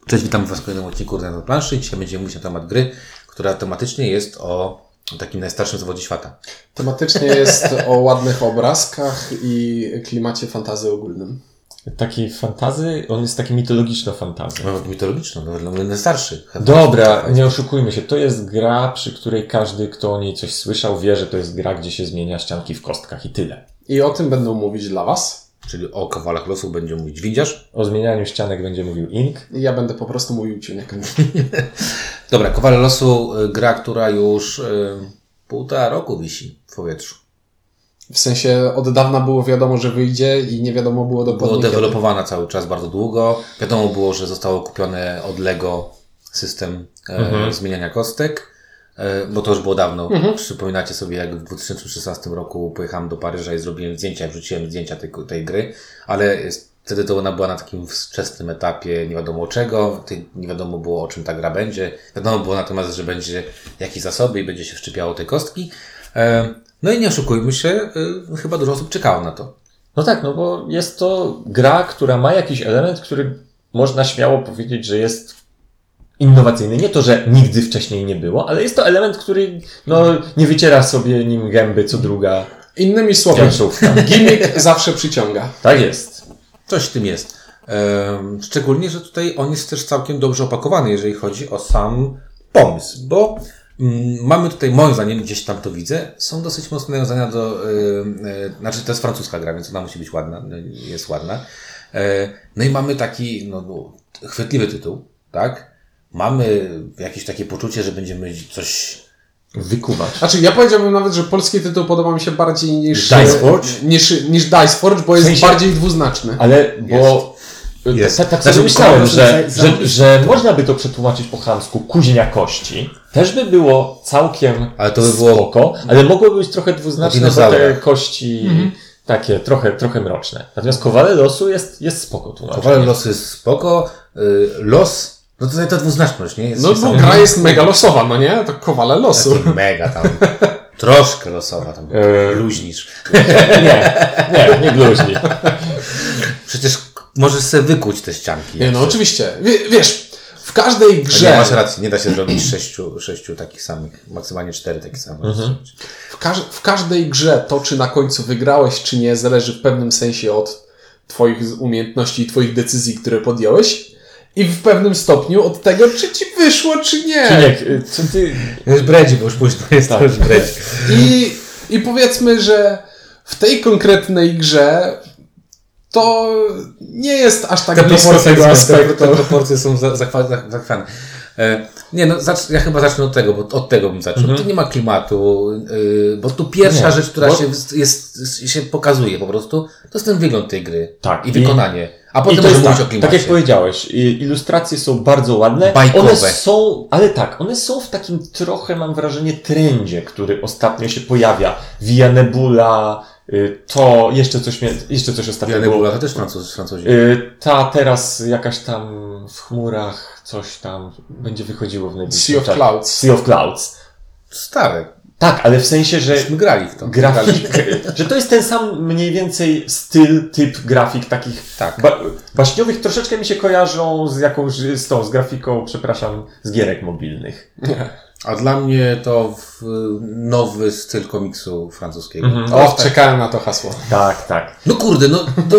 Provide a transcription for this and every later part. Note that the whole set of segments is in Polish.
Cześć, witam Was w kolejnym odcinku na planszy. Dzisiaj będziemy mówić na temat gry, która tematycznie jest o takim najstarszym zawodzie świata. Tematycznie jest o ładnych obrazkach i klimacie fantasy ogólnym. Taki fantazy, on jest taki mitologiczno-fantazy. No, mitologiczny, no dla mnie najstarszy. Dobra, nie oszukujmy się, to jest gra, przy której każdy, kto o niej coś słyszał, wie, że to jest gra, gdzie się zmienia ścianki w kostkach i tyle. I o tym będą mówić dla Was. Czyli o kowalach losu będzie mówić Windziarz. O zmienianiu ścianek będzie mówił Ink. I ja będę po prostu mówił Ciuniek. Dobra, Kowale losu, gra, która już 1,5 roku wisi w powietrzu. W sensie od dawna było wiadomo, że wyjdzie i nie wiadomo było dokładnie Było dewelopowana cały czas bardzo długo. Wiadomo było, że zostało kupione od Lego system zmieniania kostek. Bo to już było dawno. Przypominacie sobie, jak w 2016 roku pojechałem do Paryża i zrobiłem zdjęcia, wrzuciłem zdjęcia tej gry, ale wtedy to ona była na takim wczesnym etapie nie wiadomo czego, nie wiadomo było o czym ta gra będzie. Wiadomo było natomiast, że będzie jakieś zasoby i będzie się wszczepiało te kostki. No i nie oszukujmy się, chyba dużo osób czekało na to. No tak, no bo jest to gra, która ma jakiś element, który można śmiało powiedzieć, że jest innowacyjny. Nie to, że nigdy wcześniej nie było, ale jest to element, który nie wyciera sobie nim gęby co druga. Innymi słowy, gimmick zawsze przyciąga. Tak jest. Coś w tym jest. Szczególnie, że tutaj on jest też całkiem dobrze opakowany, jeżeli chodzi o sam pomysł, bo mamy tutaj, moim zdaniem, gdzieś tam to widzę, są dosyć mocne nawiązania do, znaczy to jest francuska gra, więc ona musi być ładna, jest ładna. No i mamy taki, chwytliwy tytuł, tak? Mamy jakieś takie poczucie, że będziemy coś wykuwać. Znaczy, ja powiedziałbym nawet, że polski tytuł podoba mi się bardziej niż Diceforge, niż Diceforge, bo jest bardziej dwuznaczny. Ale, bo tak sobie myślałem, że można by to przetłumaczyć po chamsku kuźnia kości. Też by było całkiem spoko, ale mogłoby być trochę dwuznaczne, bo te kości takie trochę mroczne. Natomiast Kowale losu jest spoko tłumaczenie. Kowale losu jest spoko, los. No tutaj ta dwuznaczność, nie? Jest Gra jest mega losowa, no nie? To Kowale losu. Takie mega tam. Troszkę losowa tam. Bluźnisz. Nie bluźni. Przecież możesz sobie wykuć te ścianki. Nie, no oczywiście. Wiesz, w każdej grze... Nie, masz rację, nie da się zrobić 6 takich samych. Maksymalnie 4 takich samych. W każdej grze to, czy na końcu wygrałeś, czy nie, zależy w pewnym sensie od Twoich umiejętności i Twoich decyzji, które podjąłeś. I w pewnym stopniu od tego, czy ci wyszło, czy nie. Ciuniek, co ty... Już bredzi, bo już późno jest to już bredzi. I powiedzmy, że w tej konkretnej grze to nie jest aż tak blisko tego aspektu. Te proporcje są zachwane. Nie, ja chyba zacznę od tego, bo od tego bym zaczął. Tu nie ma klimatu, bo tu pierwsza rzecz, która się pokazuje po prostu, to jest ten wygląd tej gry. Tak. I wykonanie. A potem to jest mówić o klimacie. Tak jak powiedziałeś, ilustracje są bardzo ładne. Bajkowe. One są w takim trochę, mam wrażenie, trendzie, który ostatnio się pojawia. Via Nebula, to jeszcze coś ostatnio Via Nebula to też Francuzi. Ta teraz jakaś tam w chmurach coś tam będzie wychodziło w najbliższym Sea of Clouds. Sea of Clouds. Stare. Tak, ale w sensie, że myśmy grali w to. Grafik, że to jest ten sam mniej więcej styl, typ grafik takich baśniowych. Troszeczkę mi się kojarzą z grafiką, z gierek mobilnych. A dla mnie to nowy styl komiksu francuskiego. Czekałem na to hasło. Tak. No kurde,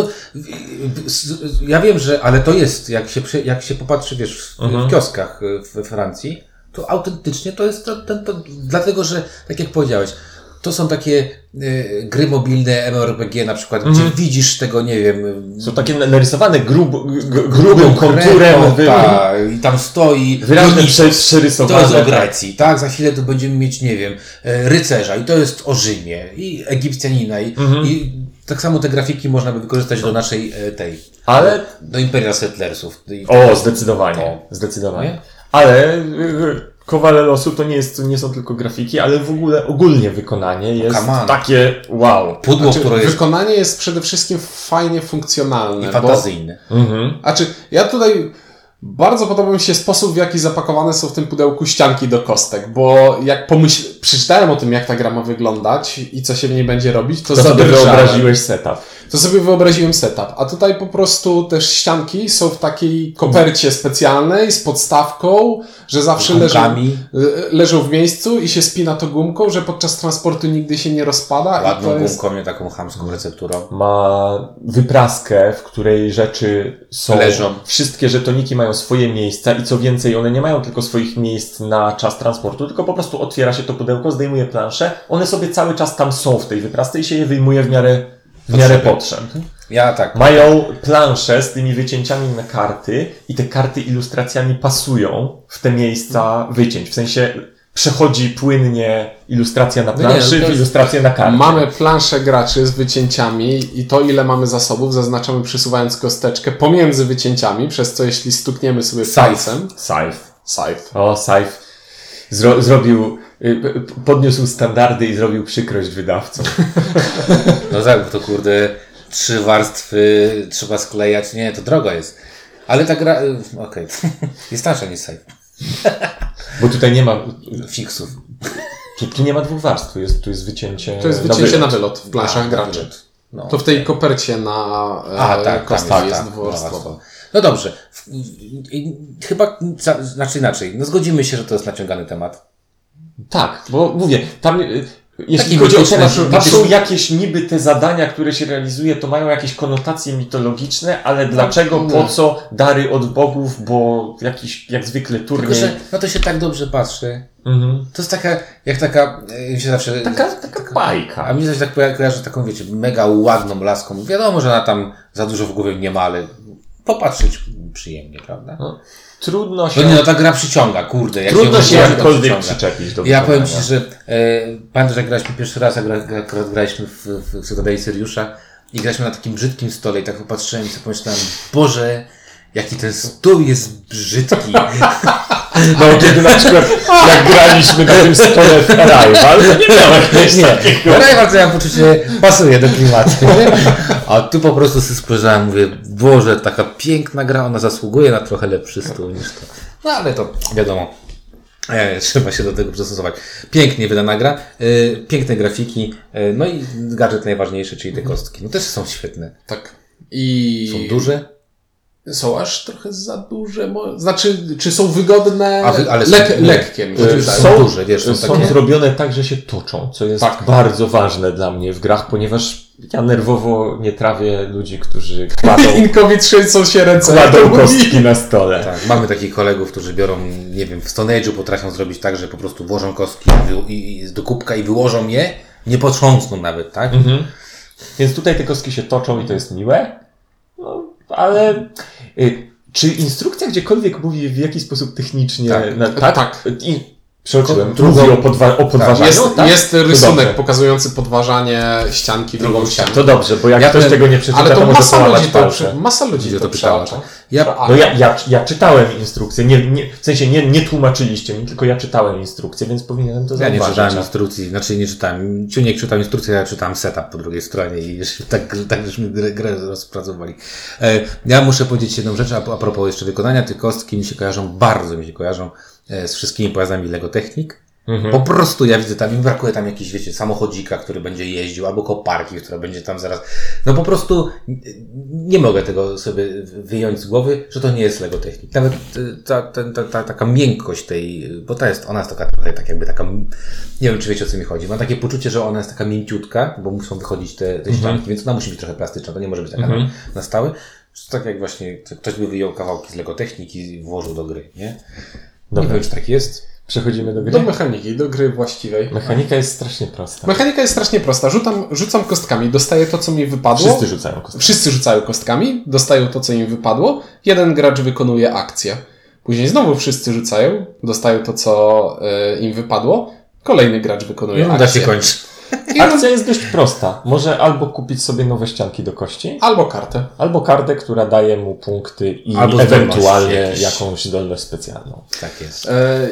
ja wiem, że, ale to jest, jak się popatrzy, wiesz, w kioskach we Francji, to autentycznie to jest dlatego, że, tak jak powiedziałeś, to są takie gry mobilne, MMORPG na przykład, gdzie widzisz tego, nie wiem... Są takie narysowane grubym konturem. I tam stoi... Wyraźnie przerysowane. To jest o Grecji, tak? Za chwilę to będziemy mieć, nie wiem, rycerza i to jest o Rzymie i Egipcjanina i tak samo te grafiki można by wykorzystać do naszej do Imperial Settlersów. Zdecydowanie. Ale Kowale losu to nie są tylko grafiki, ale w ogóle ogólnie wykonanie jest takie wow. Pudło, które jest... Wykonanie jest przede wszystkim fajnie funkcjonalne. I fantazyjne. Ja tutaj Bardzo podoba mi się sposób, w jaki zapakowane są w tym pudełku ścianki do kostek, bo jak przeczytałem o tym, jak ta gra ma wyglądać i co się w niej będzie robić, to sobie wyobraziłeś setup. To sobie wyobraziłem setup. A tutaj po prostu też ścianki są w takiej kopercie specjalnej z podstawką, że zawsze leżą w miejscu i się spina to gumką, że podczas transportu nigdy się nie rozpada. Ładną gumką, nie taką chamską recepturą. Ma wypraskę, w której rzeczy leżą. Wszystkie żetoniki mają swoje miejsca i co więcej, one nie mają tylko swoich miejsc na czas transportu, tylko po prostu otwiera się to pudełko, zdejmuje planszę, one sobie cały czas tam są w tej wyprasce i się je wyjmuje w miarę potrzeb. Ja tak. Mają plansze z tymi wycięciami na karty i te karty ilustracjami pasują w te miejsca wycięć. W sensie przechodzi płynnie ilustracja na planszy w ilustrację na karty. Mamy planszę graczy z wycięciami i to, ile mamy zasobów, zaznaczamy przesuwając kosteczkę pomiędzy wycięciami, przez co jeśli stukniemy sobie palcem... Scythe. O, Scythe. Podniósł standardy i zrobił przykrość wydawcom. No tak, bo to kurde 3 warstwy trzeba sklejać. Nie, to drogo jest. Ale ta gra... Okej. Jest tańsza niż Scythe. Bo tutaj nie ma fiksów. Tu nie ma 2 warstw, tu jest wycięcie. To jest wycięcie na wylot w planszach graczy. No, to w tej kopercie na kostce jest dwuwarstwowa. No dobrze. Chyba, znaczy inaczej. No zgodzimy się, że to jest naciągany temat. Tak, bo mówię, tam jeśli chodzi o temat, tam są jakieś niby te zadania, które się realizuje, to mają jakieś konotacje mitologiczne, ale dlaczego, po co dary od bogów, bo jakiś, jak zwykle turniej. Tylko, że no to się tak dobrze patrzy. To jest taka, mi się zawsze... Taka bajka. A mi się tak kojarzy taką, wiecie, mega ładną laską. Wiadomo, że ona tam za dużo w głowie nie ma, ale popatrzeć przyjemnie, prawda? No. Trudno się... ta gra przyciąga, kurde. Trudno się jakkolwiek przyczepić do Ja powiem Ci, że pamiętasz, jak graliśmy pierwszy raz, jak graliśmy w Cytadeli Syriusza i graliśmy na takim brzydkim stole i tak popatrzyłem i sobie pomyślałem, Boże, jaki ten stół jest brzydki. No, kiedy na przykład jak graliśmy na tym stole w Arrival, to nie miałem takiego. Arrival to ja mam poczucie, pasuje do klimatu. A tu po prostu sobie spojrzałem, mówię, Boże, taka piękna gra, ona zasługuje na trochę lepszy stół niż to. No ale to wiadomo, trzeba się do tego przystosować. Pięknie wydana gra, piękne grafiki, no i gadżet najważniejszy, czyli te kostki. No też są świetne. Tak. Są duże. Są aż trochę za duże. Znaczy, czy są wygodne, ale lekkie. Są duże, wiesz. Są zrobione tak, że się toczą, co jest bardzo ważne dla mnie w grach, ponieważ ja nerwowo nie trawię ludzi, którzy Inkowi trzęsą się ręce. Kładą kostki na stole. Tak, mamy takich kolegów, którzy biorą, nie wiem, w Stone Age'u potrafią zrobić tak, że po prostu włożą kostki do kubka i wyłożą je, nie potrząsną nawet, tak? Więc tutaj te kostki się toczą i to jest miłe. No, ale czy instrukcja gdziekolwiek mówi w jaki sposób technicznie... Tak. Przeoczyłem. Mówi o podważaniu. Jest rysunek pokazujący podważanie ścianki drugą ścianką. To dobrze, bo jak ktoś tego nie przeczyta, to może połamać palce. Masa ludzi to czytała. Ja czytałem instrukcję. W sensie nie tłumaczyliście mi, tylko ja czytałem instrukcję, więc powinienem to zauważyć. Ja nie czytałem instrukcji, znaczy nie czytałem. Ciuniek czytał instrukcję, ja czytałem setup po drugiej stronie i tak żeśmy grę rozpracowali. Ja muszę powiedzieć jedną rzecz, a propos jeszcze wykonania. Te kostki bardzo mi się kojarzą z wszystkimi pojazdami Lego Technik. Po prostu ja widzę tam, mi brakuje tam jakiś, wiecie, samochodzika, który będzie jeździł, albo koparki, która będzie tam zaraz... No po prostu nie mogę tego sobie wyjąć z głowy, że to nie jest Lego Technik. Nawet taka miękkość tej, bo ona jest taka trochę tak jakby taka, nie wiem czy wiecie o co mi chodzi, mam takie poczucie, że ona jest taka mięciutka, bo muszą wychodzić te ścianki, więc ona musi być trochę plastyczna, to nie może być taka na stałe. Tak jak właśnie ktoś by wyjął kawałki z Lego Technik i włożył do gry, nie? Dobra. Nie wiem, czy tak jest. Przechodzimy do gry? Do mechaniki, do gry właściwej. Mechanika jest strasznie prosta. Mechanika jest strasznie prosta. Rzucam kostkami, dostaję to, co mi wypadło. Wszyscy rzucają kostkami, dostają to, co im wypadło. Jeden gracz wykonuje akcję. Później znowu wszyscy rzucają, dostają to, co im wypadło. Kolejny gracz wykonuje akcję. Da się kończy. Akcja jest dość prosta. Może albo kupić sobie nowe ścianki do kości. Albo kartę, która daje mu punkty i ewentualnie jakąś zdolność specjalną. Tak jest.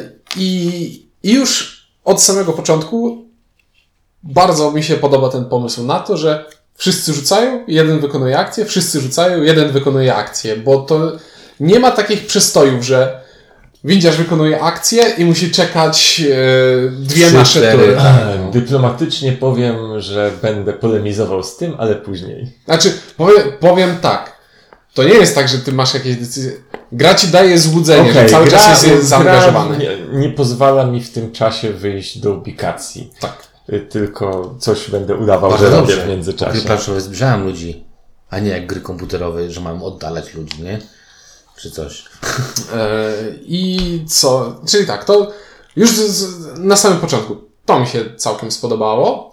I już od samego początku bardzo mi się podoba ten pomysł na to, że wszyscy rzucają, jeden wykonuje akcję, wszyscy rzucają, jeden wykonuje akcję, bo to nie ma takich przystojów, że windziarz wykonuje akcję i musi czekać 2 nasze tury. Dyplomatycznie powiem, że będę polemizował z tym, ale później. Znaczy, powiem tak. To nie jest tak, że ty masz jakieś decyzje. Gra ci daje złudzenie, że cały czas jest zaangażowany. Nie pozwala mi w tym czasie wyjść do ubikacji. Tak. Tylko coś będę udawał, że robię w międzyczasie. Gry planszowe zbliżają ludzi, a nie jak gry komputerowe, że mają oddalać ludzi, nie? Czy coś. I co? Czyli tak, to już na samym początku to mi się całkiem spodobało.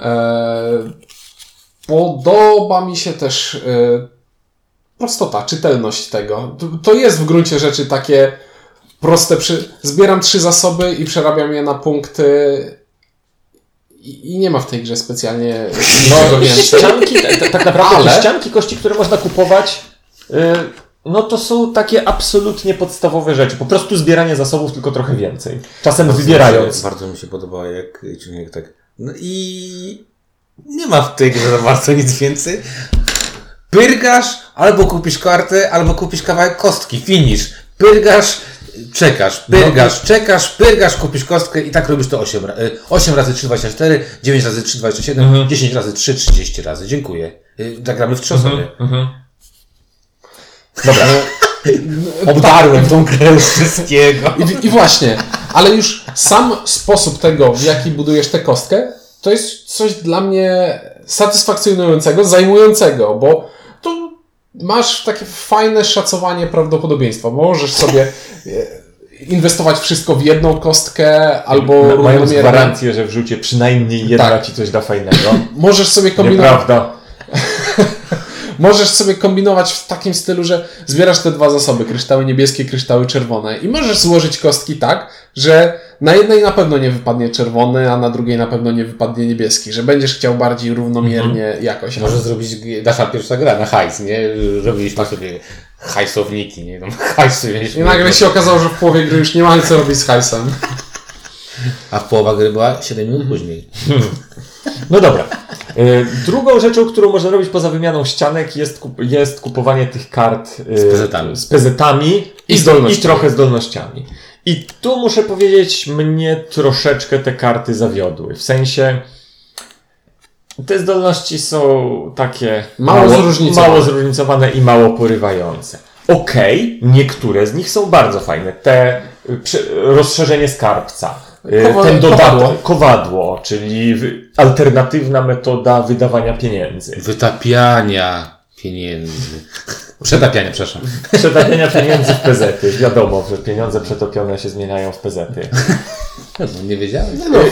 Podoba mi się też prostota, czytelność tego. To jest w gruncie rzeczy takie proste. Zbieram 3 zasoby i przerabiam je na punkty. I nie ma w tej grze specjalnie niczego więcej. Ścianki, tak naprawdę te ścianki kości, które można kupować, no to są takie absolutnie podstawowe rzeczy. Po prostu zbieranie zasobów, tylko trochę więcej. Czasem wybierając. Bardzo mi się podobało, jak tak. No i nie ma w tej grze za bardzo nic więcej. Pyrgasz, albo kupisz kartę, albo kupisz kawałek kostki. Finish. Pyrgasz, czekasz, pyrgasz, kupisz kostkę i tak robisz to 8 razy 3, 24, 9 razy 3, 27, 10 razy 3, 30 razy. Dziękuję. Tak gramy w 3 osoby. Dobra. Obdarłem tą grę z wszystkiego. I właśnie, ale już sam sposób tego, w jaki budujesz tę kostkę, to jest coś dla mnie satysfakcjonującego, zajmującego, bo tu masz takie fajne szacowanie prawdopodobieństwa. Możesz sobie inwestować wszystko w jedną kostkę, albo mając gwarancję, że w rzucie przynajmniej jedna ci coś da fajnego. Możesz sobie kombinować. Nieprawda. Możesz sobie kombinować w takim stylu, że zbierasz te 2 zasoby, kryształy niebieskie, kryształy czerwone i możesz złożyć kostki tak, że na jednej na pewno nie wypadnie czerwony, a na drugiej na pewno nie wypadnie niebieski, że będziesz chciał bardziej równomiernie jakoś. Może zrobić nasza pierwsza gra na hajs, nie? Robiliśmy sobie hajsowniki, nie? I nagle się okazało, że w połowie gry już nie mamy co robić z hajsem. A połowa gry była 7 minut później. No dobra. Drugą rzeczą, którą można robić poza wymianą ścianek jest kupowanie tych kart z pezetami i trochę zdolnościami. I tu muszę powiedzieć, mnie troszeczkę te karty zawiodły. W sensie te zdolności są takie mało zróżnicowane i mało porywające. Okej, niektóre z nich są bardzo fajne. Te rozszerzenie skarbca. Ten dodatek, kowadło, czyli alternatywna metoda wydawania pieniędzy. Wytapiania pieniędzy. Przetapiania, przepraszam. Przetapiania pieniędzy w pezety. Wiadomo, że pieniądze przetopione się zmieniają w pezety. No, nie wiedziałem.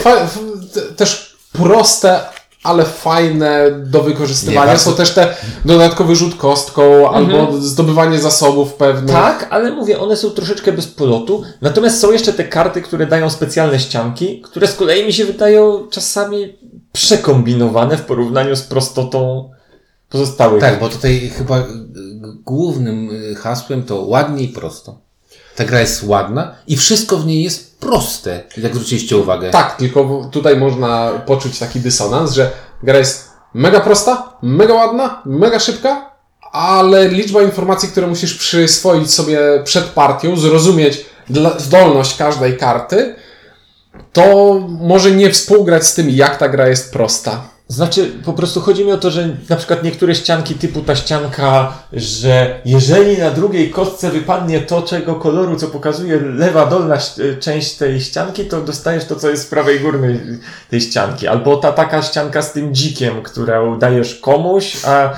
Też proste, ale fajne do wykorzystywania. Są też te dodatkowy rzut kostką, albo zdobywanie zasobów pewnych. Tak, ale mówię, one są troszeczkę bez polotu. Natomiast są jeszcze te karty, które dają specjalne ścianki, które z kolei mi się wydają czasami przekombinowane w porównaniu z prostotą pozostałych. Tak, bo tutaj chyba głównym hasłem to ładnie i prosto. Ta gra jest ładna i wszystko w niej jest proste, jak zwróciliście uwagę. Tak, tylko tutaj można poczuć taki dysonans, że gra jest mega prosta, mega ładna, mega szybka, ale liczba informacji, które musisz przyswoić sobie przed partią, zrozumieć zdolność każdej karty, to może nie współgrać z tym, jak ta gra jest prosta. Znaczy, po prostu chodzi mi o to, że na przykład niektóre ścianki typu ta ścianka, że jeżeli na drugiej kostce wypadnie to, czego koloru, co pokazuje lewa dolna część tej ścianki, to dostajesz to, co jest z prawej górnej tej ścianki. Albo ta taka ścianka z tym dzikiem, którą dajesz komuś, a...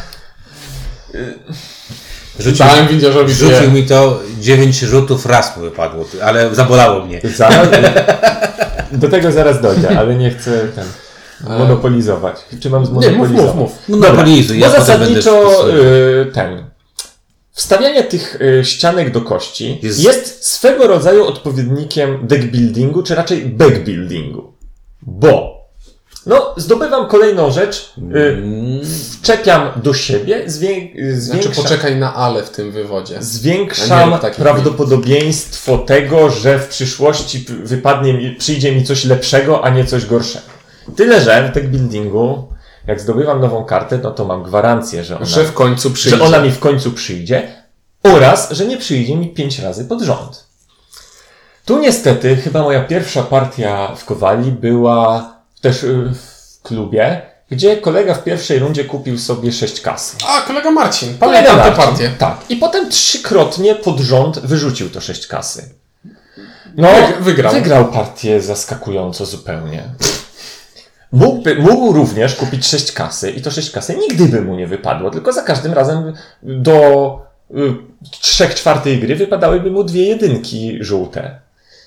Rzucił mi to 9 rzutów, raz mu wypadło, ale zabolało mnie. Do tego zaraz dojdę, ale nie chcę monopolizować. Czy mam zmonopolizować? Nie, mów. Monopolizuj. Bo zasadniczo wstawianie tych ścianek do kości jest swego rodzaju odpowiednikiem deckbuildingu, czy raczej backbuildingu. Bo zdobywam kolejną rzecz, wczepiam do siebie, Znaczy poczekaj na ale w tym wywodzie. Zwiększam prawdopodobieństwo tego, że w przyszłości przyjdzie mi coś lepszego, a nie coś gorszego. Tyle, że w deckbuildingu, jak zdobywam nową kartę, no to mam gwarancję, że ona w końcu przyjdzie. Że ona mi w końcu przyjdzie, oraz, że nie przyjdzie mi 5 razy pod rząd. Tu niestety chyba moja pierwsza partia w Kowali była też w klubie, gdzie kolega w pierwszej rundzie kupił sobie 6 kasy. A, kolega Marcin. Pamiętam tę partię. Tak. I potem 3-krotnie pod rząd wyrzucił to 6 kasy. No, wygrał partię zaskakująco zupełnie. Mógł również kupić 6 kasy i to 6 kasy nigdy by mu nie wypadło, tylko za każdym razem do 3/4 gry wypadałyby mu 2 jedynki żółte.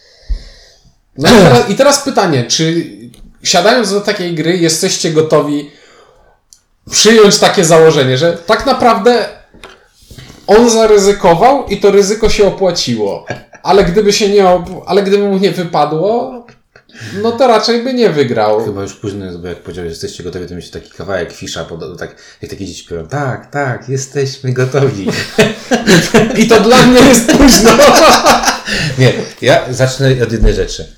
No i teraz pytanie, czy siadając do takiej gry jesteście gotowi przyjąć takie założenie, że tak naprawdę on zaryzykował i to ryzyko się opłaciło, ale gdyby mu nie wypadło, no to raczej by nie wygrał. Chyba już późno, bo jak powiedziałeś, że jesteście gotowi, to mieć taki kawałek fisza, tak, jak takie dzieci śpiewają, tak, jesteśmy gotowi. I to dla mnie jest późno. Nie, ja zacznę od jednej rzeczy.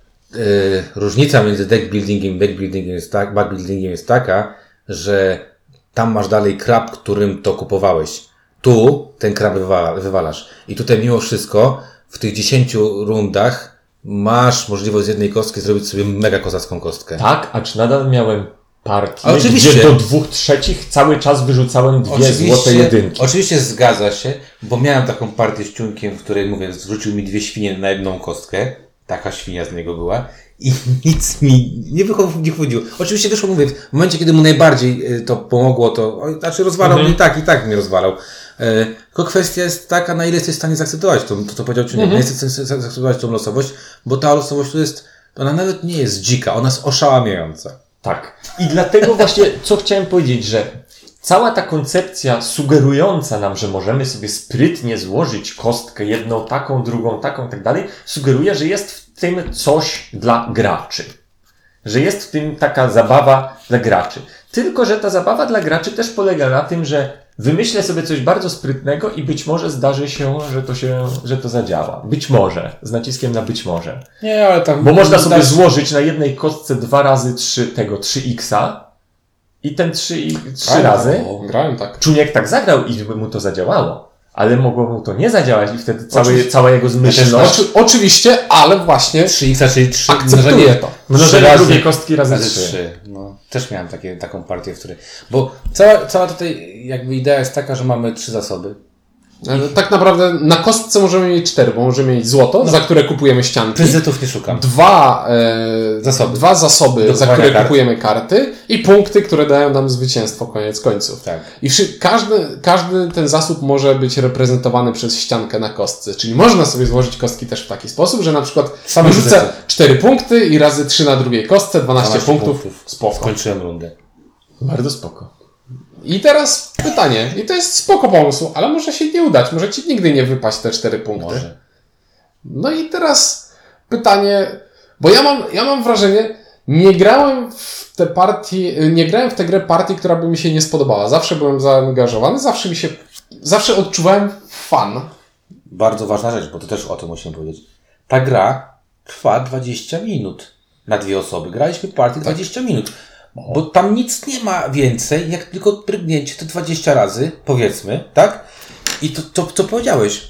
Różnica między deckbuildingiem i backbuildingiem jest taka, że tam masz dalej krab, którym to kupowałeś. Tu ten krab wywalasz. I tutaj mimo wszystko w tych 10 rundach masz możliwość z jednej kostki zrobić sobie mega kozacką kostkę. Tak, acz nadal miałem partię, gdzie do 2/3 cały czas wyrzucałem 2 złote jedynki. Oczywiście zgadza się, bo miałem taką partię z ciunkiem, w której, mówię, zrzucił mi 2 świnie na jedną kostkę. Taka świnia z niego była. I nic mi nie wychodziło. Oczywiście wyszło, mówię, w momencie, kiedy mu najbardziej to pomogło, to znaczy rozwalał mnie i tak mnie rozwalał. Tylko kwestia jest taka, na ile jesteś w stanie zaakceptować to co powiedział czy nie. Nie jesteś w stanie zaakceptować tą losowość, bo ta losowość to jest, ona nawet nie jest dzika, ona jest oszałamiająca. Tak. I dlatego właśnie, co chciałem powiedzieć, że cała ta koncepcja sugerująca nam, że możemy sobie sprytnie złożyć kostkę, jedną taką, drugą taką i tak dalej, sugeruje, że jest w tym coś dla graczy. Że jest w tym taka zabawa dla graczy. Tylko że ta zabawa dla graczy też polega na tym, że wymyślę sobie coś bardzo sprytnego i być może zdarzy się, że to zadziała. Być może. Z naciskiem na być może. Nie, ale tam... Bo można sobie złożyć na jednej kostce 2 razy 3x i ten 3 razy. Grałem tak. Czuniek tak zagrał i by mu to zadziałało. Ale mogło mu to nie zadziałać i wtedy cała jego zmyślność... Oczywiście, ale właśnie 3x, czyli 3 akceptuję to. Mnożenie drugiej kostki razy 3. No, też miałem taką partię, w której... Bo cała tutaj jakby idea jest taka, że mamy 3 zasoby. Tak naprawdę na kostce możemy mieć 4, bo możemy mieć złoto, za które kupujemy ścianki. Prezentów nie szukam. 2 zasoby, za które kupujemy karty i punkty, które dają nam zwycięstwo koniec końców. Tak. I każdy ten zasób może być reprezentowany przez ściankę na kostce. Czyli można sobie złożyć kostki też w taki sposób, że na przykład wyrzucę 4 punkty i razy 3 na drugiej kostce, 12 punktów. Spoko. Skończyłem rundę. Bardzo spoko. I teraz pytanie, i to jest spoko pomysł, ale może się nie udać, może ci nigdy nie wypaść te 4 punkty. Może. No i teraz pytanie, bo ja mam wrażenie, nie grałem w tę grę partii, która by mi się nie spodobała. Zawsze byłem zaangażowany, zawsze odczuwałem fan. Bardzo ważna rzecz, bo to też o tym musimy powiedzieć. Ta gra trwa 20 minut na 2 osoby. Graliśmy partię 20 minut. Bo tam nic nie ma więcej, jak tylko prygnięcie to 20 razy, powiedzmy, tak? I to co powiedziałeś,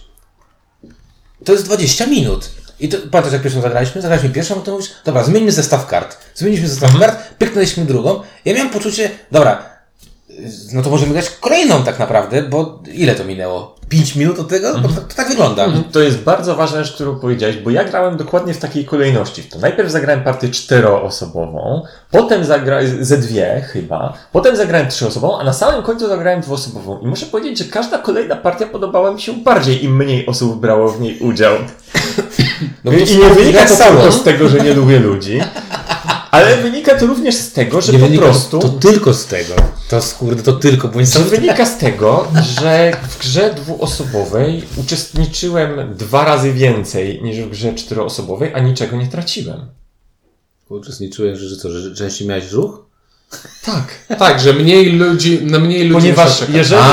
to jest 20 minut. I to, pamiętasz jak pierwszą zagraliśmy pierwszą, to mówisz, dobra, zmieńmy zestaw kart. Zmieniliśmy zestaw kart, pyknęliśmy drugą. Ja miałem poczucie, dobra, no to możemy grać kolejną tak naprawdę, bo ile to minęło? 5 minut od tego? Bo to tak wygląda. To jest bardzo ważna rzecz, którą powiedziałeś, bo ja grałem dokładnie w takiej kolejności. To najpierw zagrałem partię 4-osobową, potem ze 2 chyba, potem zagrałem 3-osobową, a na samym końcu zagrałem 2-osobową. I muszę powiedzieć, że każda kolejna partia podobała mi się bardziej, im mniej osób brało w niej udział. No i nie wynika to tylko z tego, że nie lubię ludzi, ale wynika to również z tego, że po prostu... To tylko z tego. To tylko, bo to wynika z tego, że w grze 2-osobowej uczestniczyłem 2 razy więcej niż w grze 4-osobowej, a niczego nie traciłem. Uczestniczyłem, że co, że częściej miałeś ruch? Tak, że mniej ludzi ponieważ jeżeli...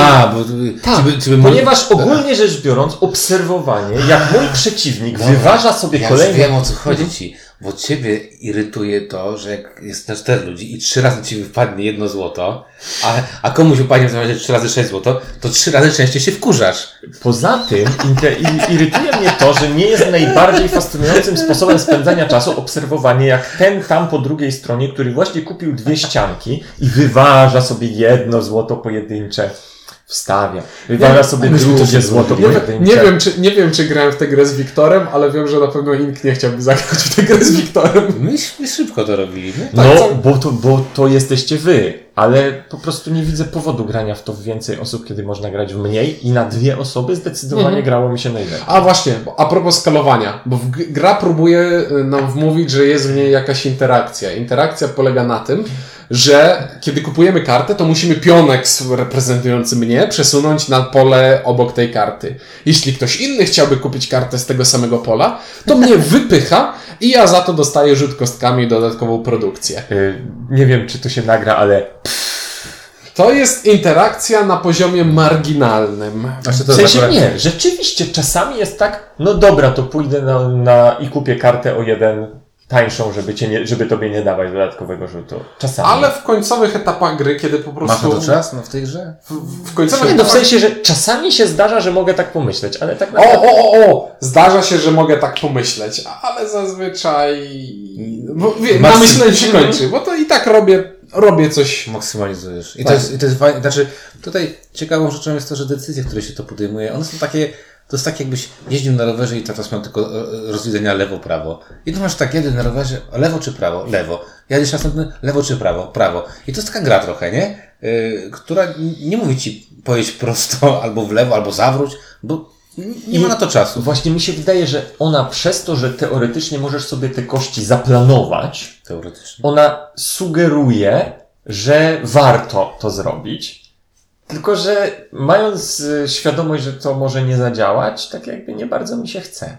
Ponieważ ogólnie rzecz biorąc, obserwowanie, jak mój przeciwnik wyważa sobie kolejne... Wiem, o co chodzi ci. Bo ciebie irytuje to, że jak jest na 4 ludzi i 3 razy ci wypadnie 1 złoto, a komuś wypadnie w zamianie 3 razy 6 złoto, to 3 razy częściej się wkurzasz. Poza tym irytuje mnie to, że nie jest najbardziej fascynującym sposobem spędzania czasu obserwowanie, jak ten tam po drugiej stronie, który właśnie kupił 2 ścianki i wyważa sobie 1 złoto pojedyncze. Wstawia. Wyważa sobie drugie złoto pojedyncze. Nie wiem, czy grałem w tę grę z Wiktorem, ale wiem, że na pewno nikt nie chciałby zagrać w tę grę z Wiktorem. My szybko to robili, nie? No, bo to jesteście wy, ale po prostu nie widzę powodu grania w to w więcej osób, kiedy można grać w mniej i na 2 osoby zdecydowanie grało mi się najlepiej. A właśnie, a propos skalowania, bo gra próbuje nam wmówić, że jest w niej jakaś interakcja. Interakcja polega na tym, że kiedy kupujemy kartę, to musimy pionek reprezentujący mnie przesunąć na pole obok tej karty. Jeśli ktoś inny chciałby kupić kartę z tego samego pola, to mnie wypycha i ja za to dostaję rzut kostkami i dodatkową produkcję. Nie wiem, czy to się nagra, ale... To jest interakcja na poziomie marginalnym. W sensie nie, rzeczywiście czasami jest tak, no dobra, to pójdę i kupię kartę o 1 tańszą, żeby tobie nie dawać dodatkowego rzutu. Czasami. Ale w końcowych etapach gry, kiedy po prostu... Masz na to czas? No w tej grze? W końcowych etapach... w sensie, że czasami się zdarza, że mogę tak pomyśleć, ale tak naprawdę... Zdarza się, że mogę tak pomyśleć, ale zazwyczaj... Na myśleniu się kończy, bo to i tak robię coś... Maksymalizujesz. I to jest fajne. Znaczy, tutaj ciekawą rzeczą jest to, że decyzje, które się to podejmuje, one są takie... To jest tak, jakbyś jeździł na rowerze i teraz miał tylko rozwiedzenia lewo-prawo. I tu masz tak, jeden na rowerze, lewo czy prawo? Lewo. Jadziesz następny, lewo czy prawo? Prawo. I to jest taka gra trochę, nie? Która nie mówi ci pojedź prosto, albo w lewo, albo zawróć, bo nie ma na to czasu. Właśnie mi się wydaje, że ona przez to, że teoretycznie możesz sobie te kości zaplanować, ona sugeruje, że warto to zrobić. Tylko, że mając świadomość, że to może nie zadziałać, tak jakby nie bardzo mi się chce.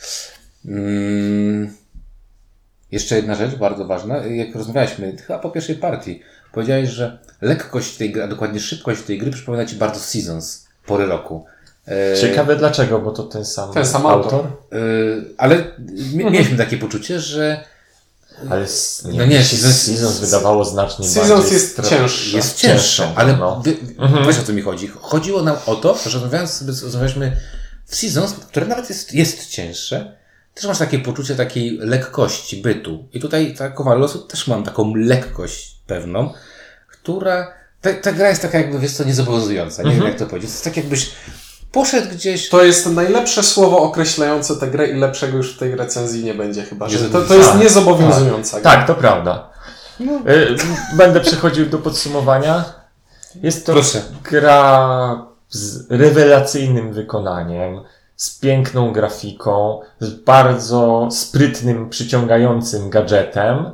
Jeszcze jedna rzecz bardzo ważna. Jak rozmawialiśmy, chyba po pierwszej partii, powiedziałeś, że lekkość tej gry, a dokładnie szybkość tej gry przypomina ci bardzo Seasons, pory roku. Ciekawe dlaczego, bo to ten sam autor. Ale mieliśmy takie poczucie, że ale Seasons wydawało znacznie Seasons bardziej... Seasons jest cięższe, ale wiesz o co mi chodzi. Chodziło nam o to, że rozmawialiśmy w Seasons, które nawet jest cięższe, też masz takie poczucie takiej lekkości bytu. I tutaj ta Kowal Losu też mam taką lekkość pewną, która... Ta gra jest taka jakby, wiesz co, niezobowiązująca. Nie wiem jak to powiedzieć. To jest tak jakbyś poszedł gdzieś... To jest najlepsze słowo określające tę grę i lepszego już w tej recenzji nie będzie chyba. Że to jest niezobowiązująca gra. Tak, to prawda. Będę przechodził do podsumowania. Jest to gra z rewelacyjnym wykonaniem, z piękną grafiką, z bardzo sprytnym, przyciągającym gadżetem,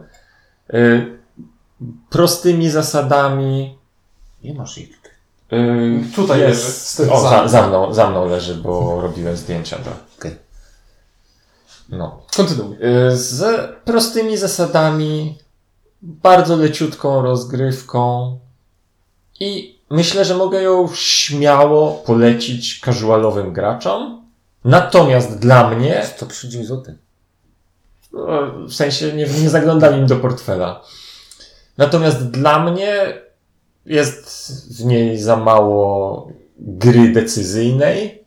prostymi zasadami. Nie masz ich tutaj. Tutaj jest. Za mną leży, bo robiłem zdjęcia. Okay. No. Kontynuuj. Z prostymi zasadami, bardzo leciutką rozgrywką i myślę, że mogę ją śmiało polecić casualowym graczom. Natomiast dla mnie... 130 zł. W sensie nie zaglądam im do portfela. Natomiast dla mnie jest w niej za mało gry decyzyjnej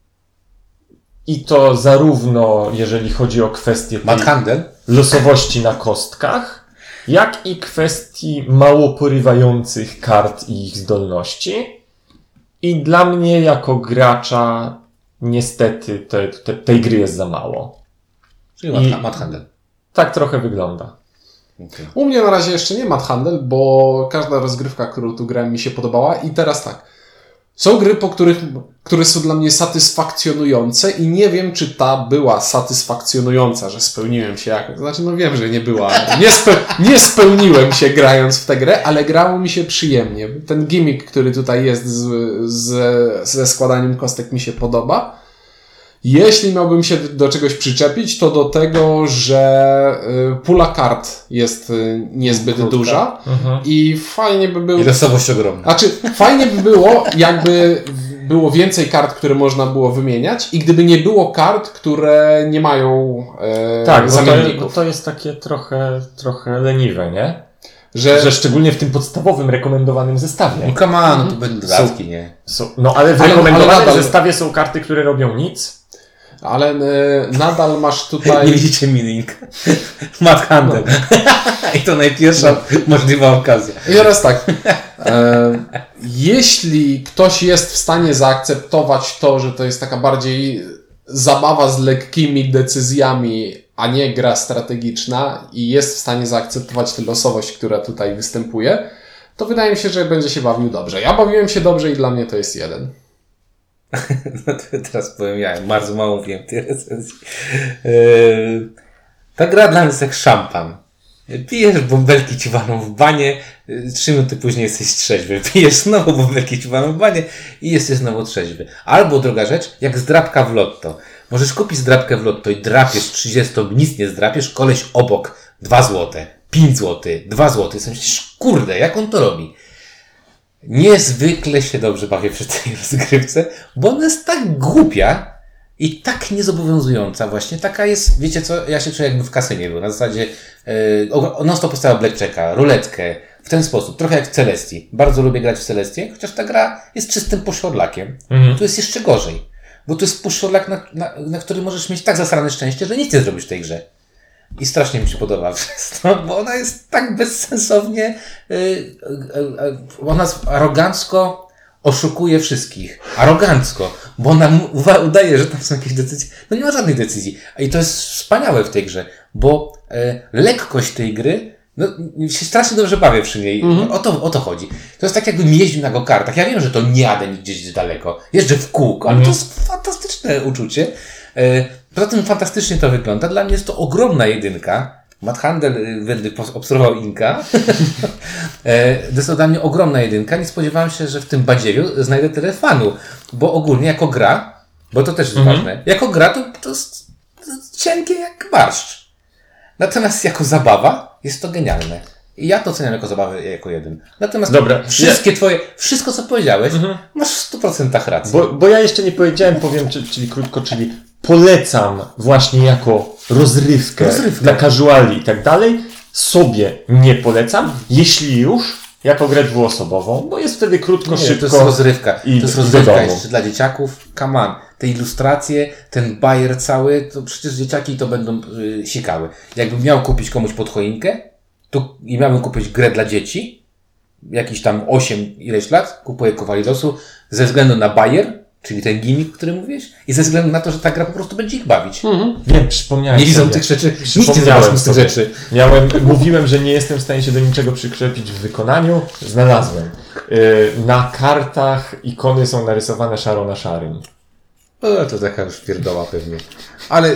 i to zarówno jeżeli chodzi o kwestię losowości na kostkach, jak i kwestii mało porywających kart i ich zdolności. I dla mnie jako gracza niestety tej gry jest za mało. Czyli Mad Handel. Tak trochę wygląda. Okay. U mnie na razie jeszcze nie Mad Handel, bo każda rozgrywka, którą tu grałem, mi się podobała i teraz tak. Są gry, które są dla mnie satysfakcjonujące i nie wiem, czy ta była satysfakcjonująca, że spełniłem się jakoś. Znaczy, no wiem, że nie była. Nie spełniłem się grając w tę grę, ale grało mi się przyjemnie. Ten gimmick, który tutaj jest ze składaniem kostek mi się podoba. Jeśli miałbym się do czegoś przyczepić, to do tego, że pula kart jest niezbyt duża i fajnie by było... I losowość ogromna. Znaczy, fajnie by było, jakby było więcej kart, które można było wymieniać i gdyby nie było kart, które nie mają zamienników. Bo to jest takie trochę leniwe, nie? Że szczególnie w tym podstawowym rekomendowanym zestawie. No come on, to będą dodatki, nie? Ale w rekomendowanym zestawie są karty, które robią nic. Ale nadal masz tutaj... Nie widzicie mi-link. Mad Handel. I to najpierwsza możliwa okazja. I teraz tak. Jeśli ktoś jest w stanie zaakceptować to, że to jest taka bardziej zabawa z lekkimi decyzjami, a nie gra strategiczna i jest w stanie zaakceptować tę losowość, która tutaj występuje, to wydaje mi się, że będzie się bawił dobrze. Ja bawiłem się dobrze i dla mnie to jest 1. No to teraz powiem ja, bardzo mało mówiłem tej recenzji. Ta gra dla mnie jest jak szampan. Pijesz bąbelki ci walą w banie, 3 minuty później jesteś trzeźwy. Pijesz znowu bąbelki ci walą w banie i jesteś znowu trzeźwy. Albo druga rzecz, jak zdrabka w lotto. Możesz kupić zdrabkę w lotto i drapiesz 30, nic nie zdrapiesz, koleś obok 2 złote, 5 zł, 2 zł. Myślisz, kurde, jak on to robi? Niezwykle się dobrze bawię przy tej rozgrywce, bo ona jest tak głupia i tak niezobowiązująca właśnie. Taka jest, wiecie co, ja się czuję jakby w kasynie był. Na zasadzie non-stop postała blackjacka, ruletkę, w ten sposób. Trochę jak w Celestii. Bardzo lubię grać w Celestię, chociaż ta gra jest czystym poszłodlakiem. Tu jest jeszcze gorzej. Bo to jest poszłodlak, na który możesz mieć tak zasrane szczęście, że nic nie zrobisz w tej grze. I strasznie mi się podoba przez to, bo ona jest tak bezsensownie, ona arogancko oszukuje wszystkich. Arogancko, bo ona udaje, że tam są jakieś decyzje. No nie ma żadnych decyzji. I to jest wspaniałe w tej grze, bo lekkość tej gry, no się strasznie dobrze bawię przy niej. O to chodzi. To jest tak, jakbym jeździł na go-kartach. Ja wiem, że to nie jadę gdzieś daleko. Jeżdżę w kółko, ale to jest fantastyczne uczucie. Poza tym fantastycznie to wygląda. Dla mnie jest to ogromna jedynka. Mad Handel będę obserwował Inka. To jest to dla mnie ogromna jedynka. Nie spodziewałem się, że w tym badziewiu znajdę tyle fanu. Bo ogólnie jako gra, bo to też jest ważne, jako gra to jest cienkie jak barszcz. Natomiast jako zabawa jest to genialne. I ja to oceniam jako zabawę jako 1. Natomiast wszystko co powiedziałeś, masz w 100% racji. Bo ja jeszcze nie powiedziałem, powiem, czyli krótko, czyli polecam właśnie jako rozrywkę. Dla casuali i tak dalej. Sobie nie polecam, jeśli już, jako grę dwuosobową, bo jest wtedy krótko, szybko. To jest rozrywka. To jest rozrywka jeszcze dla dzieciaków. Come on. Te ilustracje, ten bajer cały, to przecież dzieciaki to będą sikały. Jakbym miał kupić komuś pod choinkę, to i miałbym kupić grę dla dzieci, jakiś tam 8 ileś lat, kupuję Kowali Losu, ze względu na bajer, czyli ten gimmick, o którym mówiłeś, i ze względu na to, że ta gra po prostu będzie ich bawić. Wiem, przypomniałem nie widzą tych rzeczy, nic nie zobaczmy z tych rzeczy. Mówiłem, że nie jestem w stanie się do niczego przyczepić w wykonaniu. Znalazłem. Na kartach ikony są narysowane szaro na szarym. To taka już pierdoła pewnie. Ale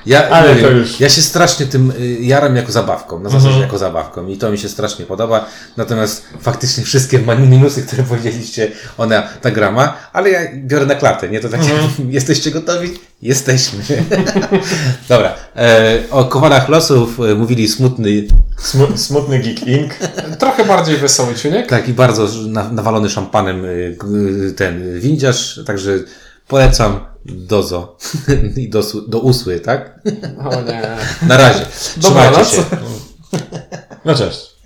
ja się strasznie tym jaram jako zabawką, na zasadzie jako zabawką i to mi się strasznie podoba. Natomiast faktycznie wszystkie minusy, które powiedzieliście, ta gra ma, ale ja biorę na klatę, nie? To tak, jesteście gotowi? Jesteśmy. Dobra. O Kowalach Losów mówili Smutny Geek Inc. Trochę bardziej wesoły ciuniek. Tak, i bardzo nawalony szampanem ten windziarz, także polecam dozo i do usły, tak? O nie. Na razie. Trzymajcie się. No cześć.